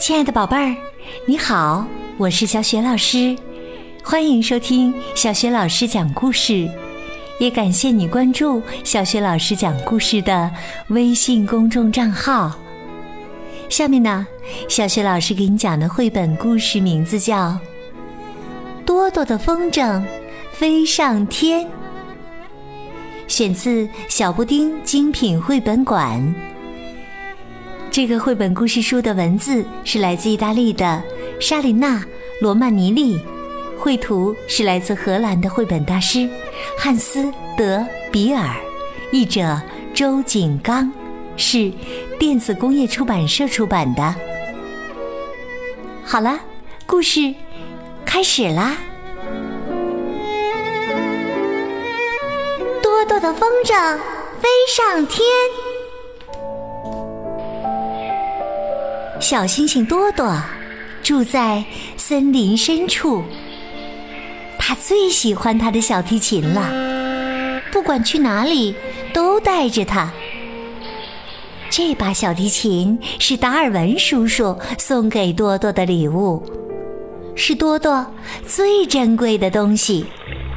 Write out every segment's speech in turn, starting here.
亲爱的宝贝儿，你好，我是小雪老师，欢迎收听小雪老师讲故事，也感谢你关注小雪老师讲故事的微信公众账号。下面呢，小雪老师给你讲的绘本故事名字叫《多多的风筝飞上天》，选自小布丁精品绘本馆。这个绘本故事书的文字是来自意大利的莎琳娜·罗曼尼利，绘图是来自荷兰的绘本大师汉斯·德比尔，译者周景刚，是电子工业出版社出版的。好了，故事开始啦！多多的风筝飞上天。小星星多多住在森林深处，他最喜欢他的小提琴了，不管去哪里都带着它。这把小提琴是达尔文叔叔送给多多的礼物，是多多最珍贵的东西。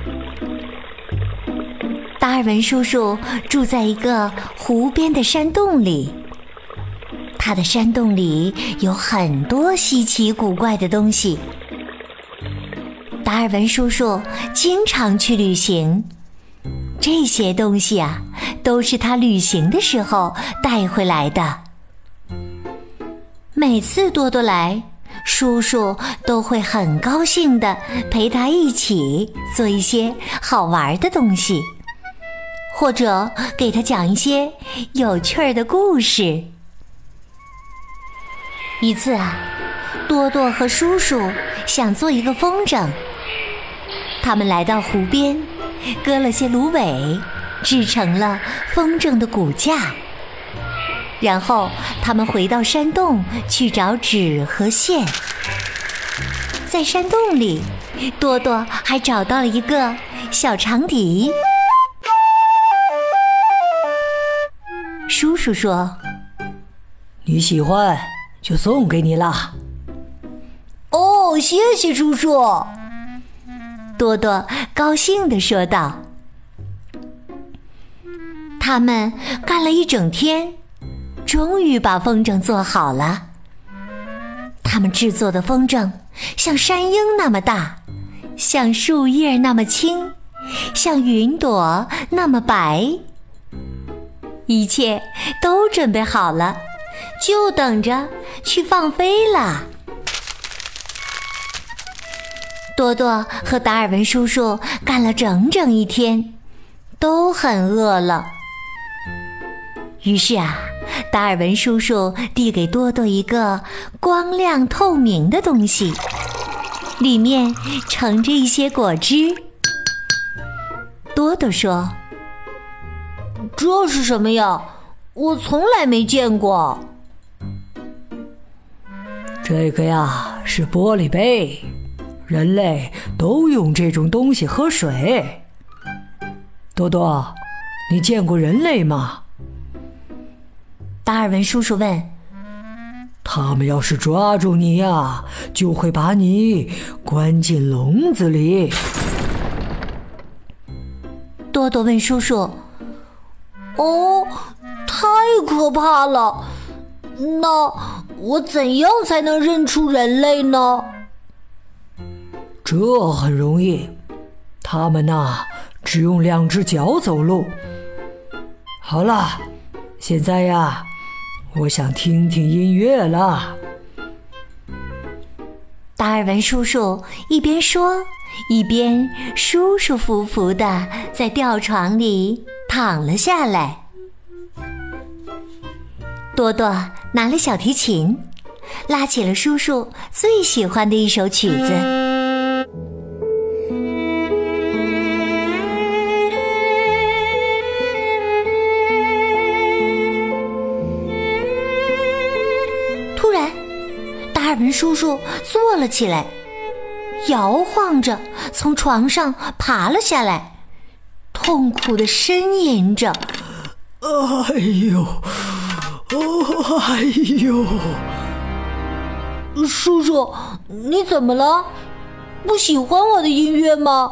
达尔文叔叔住在一个湖边的山洞里，他的山洞里有很多稀奇古怪的东西。达尔文叔叔经常去旅行，这些东西啊，都是他旅行的时候带回来的。每次多多来，叔叔都会很高兴地陪他一起做一些好玩的东西，或者给他讲一些有趣的故事。一次啊，多多和叔叔想做一个风筝，他们来到湖边，割了些芦苇，制成了风筝的骨架。然后他们回到山洞去找纸和线。在山洞里，多多还找到了一个小长笛。叔叔说：“ 你喜欢就送给你啦。” 哦，谢谢叔叔。多多高兴地说道。他们干了一整天，终于把风筝做好了。他们制作的风筝像山鹰那么大，像树叶那么轻，像云朵那么白。一切都准备好了，就等着去放飞了。多多和达尔文叔叔干了整整一天，都很饿了。于是啊，达尔文叔叔递给多多一个光亮透明的东西，里面盛着一些果汁。多多说：“这是什么呀？我从来没见过。” 这个呀，是玻璃杯，人类都用这种东西喝水。多多，你见过人类吗？ 达尔文叔叔问。 他们要是抓住你呀，就会把你关进笼子里。 多多问叔叔：“哦，太可怕了！那我怎样才能认出人类呢？” 这很容易，他们呐，只用2只脚走路。好了，现在呀，我想听听音乐了。 达尔文叔叔一边说，一边舒舒服服地在吊床里躺了下来。多多拿了小提琴，拉起了叔叔最喜欢的一首曲子。突然，达尔文叔叔坐了起来，摇晃着从床上爬了下来，痛苦地呻吟着：“ 哎呦，哦，哎呦！” 叔叔，你怎么了？不喜欢我的音乐吗？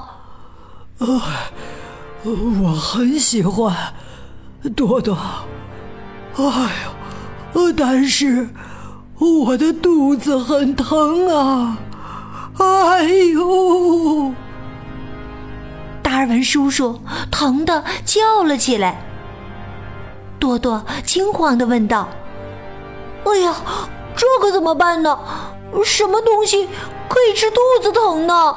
我很喜欢，多多。哎呀，但是我的肚子很疼啊！哎呦！ 达尔文叔叔疼得叫了起来。多多惊慌地问道：“ 哎呀，这可怎么办呢？什么东西可以治肚子疼呢？”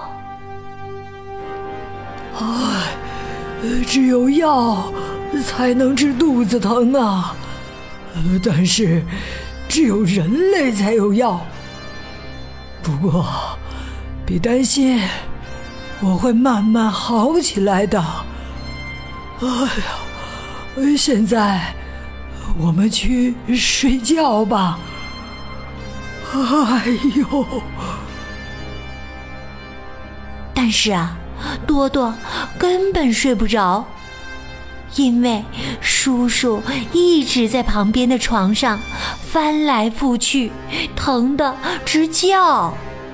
只有药才能治肚子疼啊！但是只有人类才有药。不过别担心，我会慢慢好起来的。哎呀，现在我们去睡觉吧。哎呦！ 但是啊，多多根本睡不着，因为叔叔一直在旁边的床上翻来覆去，疼得直叫。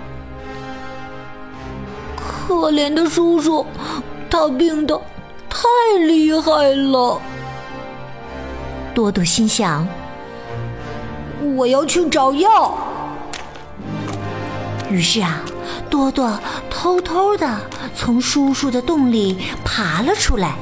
可怜的叔叔，他病得太厉害了。 多多心想， 我要去找药。 于是啊，多多偷偷地从叔叔的洞里爬了出来。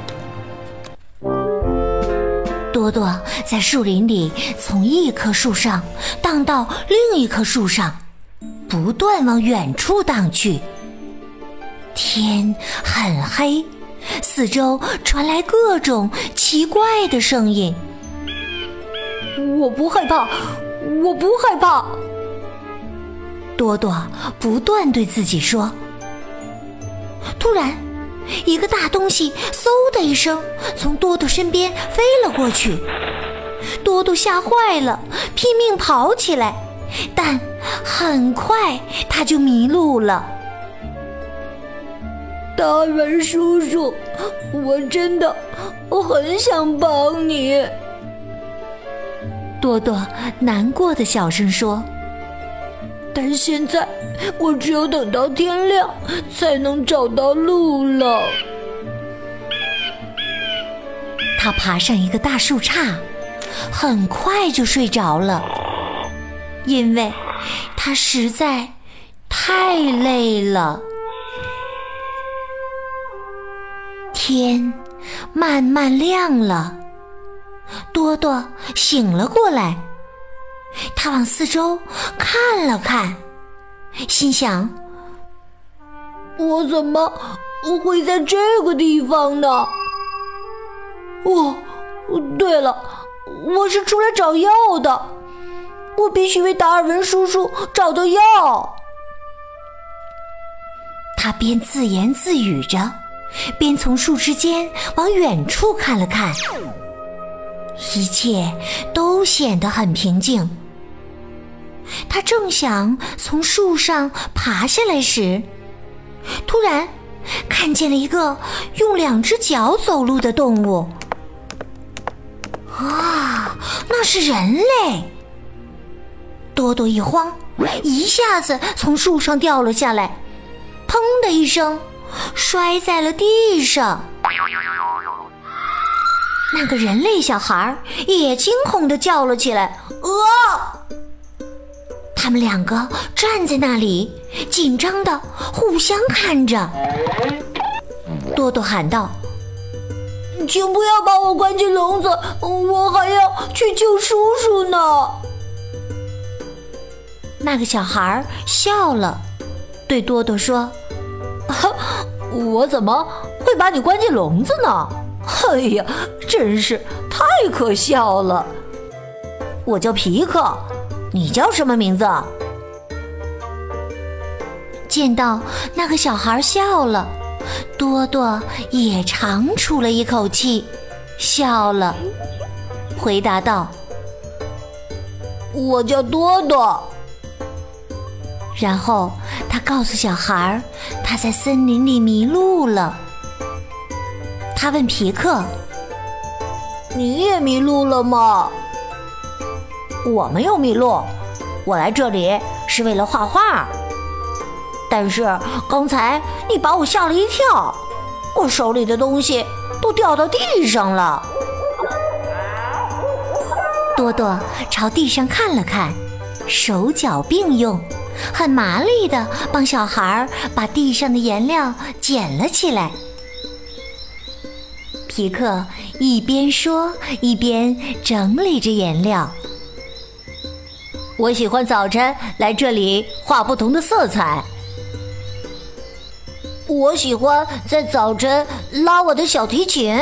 多多在树林里从一棵树上荡到另一棵树上，不断往远处荡去。天很黑，四周传来各种奇怪的声音。 我不害怕，我不害怕。 多多不断对自己说。突然，一个大东西嗖的一声从多多身边飞了过去。多多吓坏了，拼命跑起来，但很快他就迷路了。 达尔文叔叔，我真的很想帮你。 多多难过的小声说， 但现在我只有等到天亮才能找到路了。 他爬上一个大树杈，很快就睡着了，因为他实在太累了。天慢慢亮了，多多醒了过来。他往四周看了看，心想， 我怎么会在这个地方呢？对了，我是出来找药的，我必须为达尔文叔叔找到药。 他边自言自语着，边从树枝间往远处看了看，一切都显得很平静。他正想从树上爬下来时，突然看见了一个用2只脚走路的动物。啊，那是人类！多多一慌，一下子从树上掉了下来，砰的一声摔在了地上。那个人类小孩也惊恐地叫了起来，他们2个站在那里，紧张地互相看着。多多喊道， 请不要把我关进笼子，我还要去救叔叔呢。 那个小孩笑了，对多多说， 我怎么会把你关进笼子呢？哎呀，真是太可笑了。我叫皮克，你叫什么名字？ 见到那个小孩笑了，多多也长出了一口气，笑了，回答道， 我叫多多。 然后他告诉小孩，他在森林里迷路了。他问皮克， 你也迷路了吗？ 我没有迷路，我来这里是为了画画。但是刚才你把我吓了一跳，我手里的东西都掉到地上了。 多多朝地上看了看，手脚并用，很麻利地帮小孩把地上的颜料捡了起来。皮克一边说一边整理着颜料。 我喜欢早晨来这里画不同的色彩。我喜欢在早晨拉我的小提琴。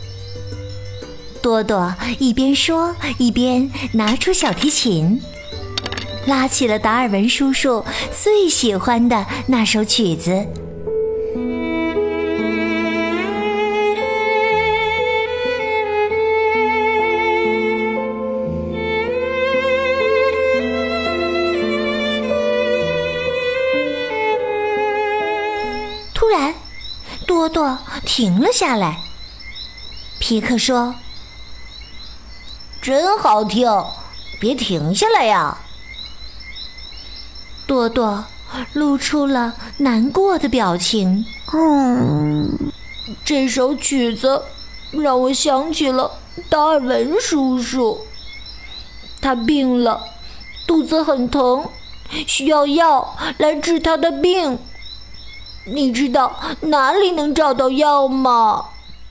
多多一边说一边拿出小提琴，拉起了达尔文叔叔最喜欢的那首曲子。突然，多多停了下来。皮克说：“ 真好听，别停下来呀！” 多多露出了难过的表情。 这首曲子让我想起了达尔文叔叔，他病了，肚子很疼，需要药来治他的病。你知道哪里能找到药吗？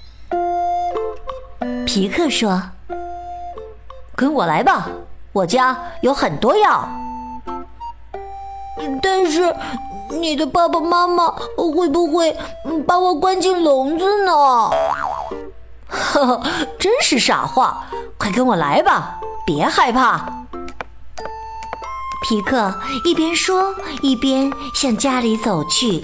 皮克说：“ 跟我来吧，我家有很多药。”但是你的爸爸妈妈会不会把我关进笼子呢？呵呵，真是傻话，快跟我来吧，别害怕。 皮克一边说一边向家里走去。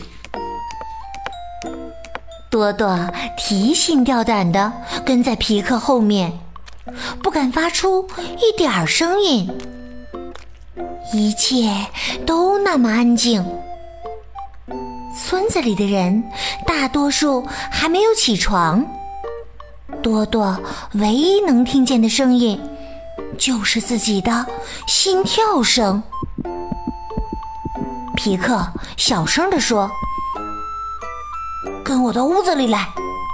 多多提心吊胆地跟在皮克后面，不敢发出一点声音。一切都那么安静。村子里的人大多数还没有起床，多多唯一能听见的声音就是自己的心跳声。皮克小声地说：“跟我到屋子里来。”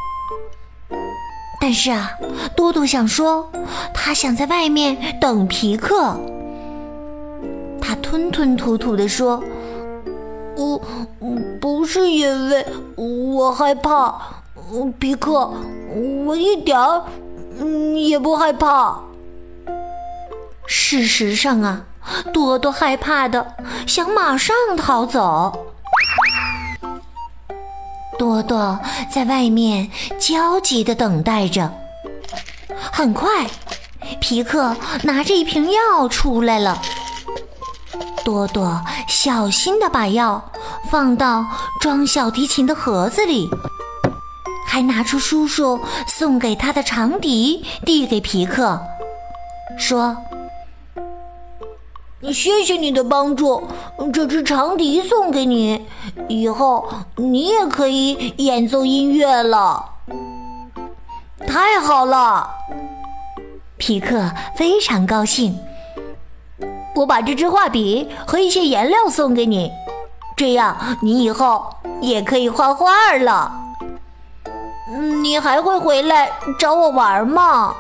但是多多想说，他想在外面等皮克。他吞吞吐吐地说：“ 我不是因为我害怕，皮克，我一点儿也不害怕。” 事实上多多害怕的想马上逃走。多多在外面焦急地等待着。很快，皮克拿着一瓶药出来了。多多小心地把药放到装小提琴的盒子里，还拿出叔叔送给他的长笛递给皮克，说：“ 谢谢你的帮助，这支长笛送给你，以后你也可以演奏音乐了。”太好了！ 皮克非常高兴。 我把这支画笔和一些颜料送给你，这样你以后也可以画画了。你还会回来找我玩吗？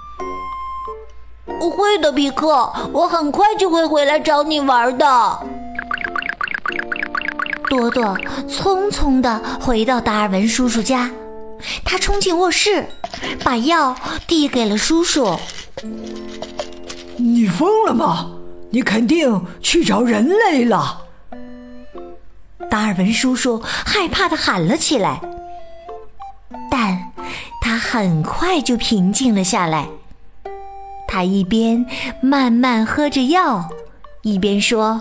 会的，皮克，我很快就会回来找你玩的。 多多匆匆地回到达尔文叔叔家，他冲进卧室，把药递给了叔叔。 你疯了吗？你肯定去找人类了！ 达尔文叔叔害怕地喊了起来，但他很快就平静了下来。他一边慢慢喝着药，一边说：“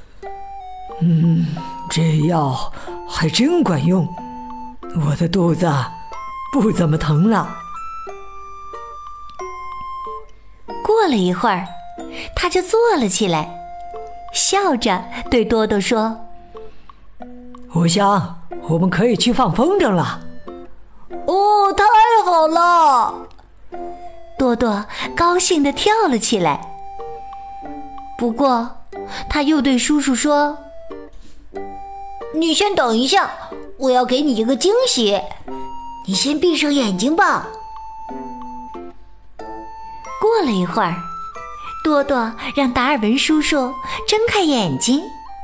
这药还真管用，我的肚子不怎么疼了。” 过了一会儿，他就坐了起来，笑着对多多说：“ 我想我们可以去放风筝了。” 哦，太好了！ 多多高兴地跳了起来。不过他又对叔叔说：“你先等一下，我要给你一个惊喜，你先闭上眼睛吧。”过了一会儿，多多让达尔文叔叔睁开眼睛。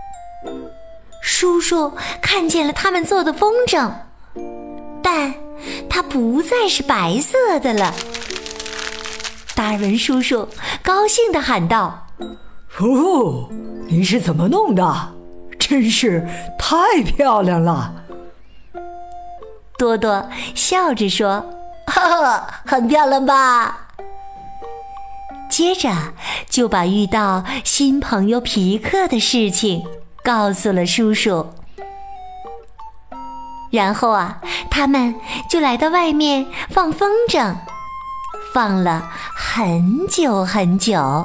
叔叔看见了他们做的风筝，但它不再是白色的了。达尔文叔叔高兴地喊道：“ 哦，你是怎么弄的？真是太漂亮了！” 多多笑着说：“哈哈，很漂亮吧？”接着就把遇到新朋友皮克的事情告诉了叔叔。然后他们就来到外面放风筝，放了很久很久。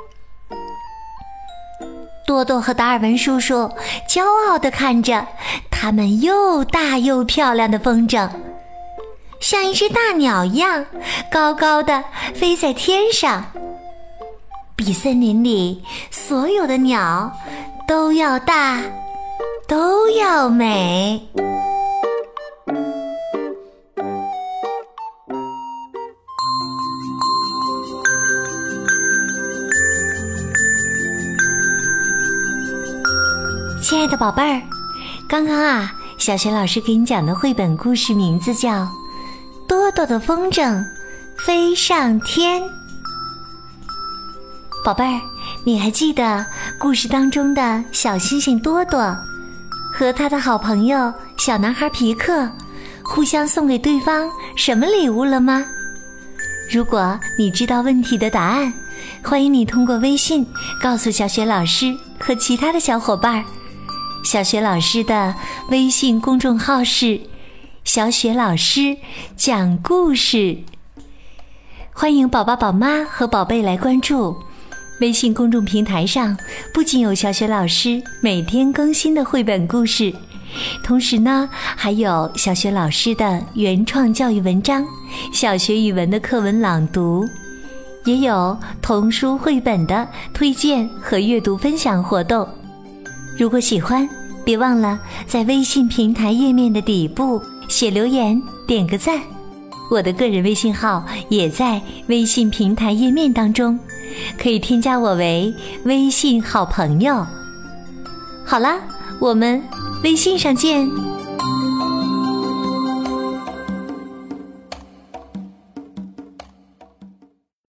多多和达尔文叔叔骄傲地看着他们又大又漂亮的风筝，像一只大鸟一样高高地飞在天上，比森林里所有的鸟都要大，都要美。亲爱的宝贝儿，刚刚小雪老师给你讲的绘本故事名字叫《多多的风筝飞上天》。宝贝儿，你还记得故事当中的小星星多多和他的好朋友小男孩皮克互相送给对方什么礼物了吗？如果你知道问题的答案，欢迎你通过微信告诉小雪老师和其他的小伙伴。小雪老师的微信公众号是小雪老师讲故事，欢迎宝宝宝妈和宝贝来关注。微信公众平台上不仅有小雪老师每天更新的绘本故事，同时呢还有小雪老师的原创教育文章、小学语文的课文朗读，也有童书绘本的推荐和阅读分享活动。如果喜欢，别忘了在微信平台页面的底部写留言点个赞，我的个人微信号也在微信平台页面当中，可以添加我为微信好朋友。好啦，我们微信上见。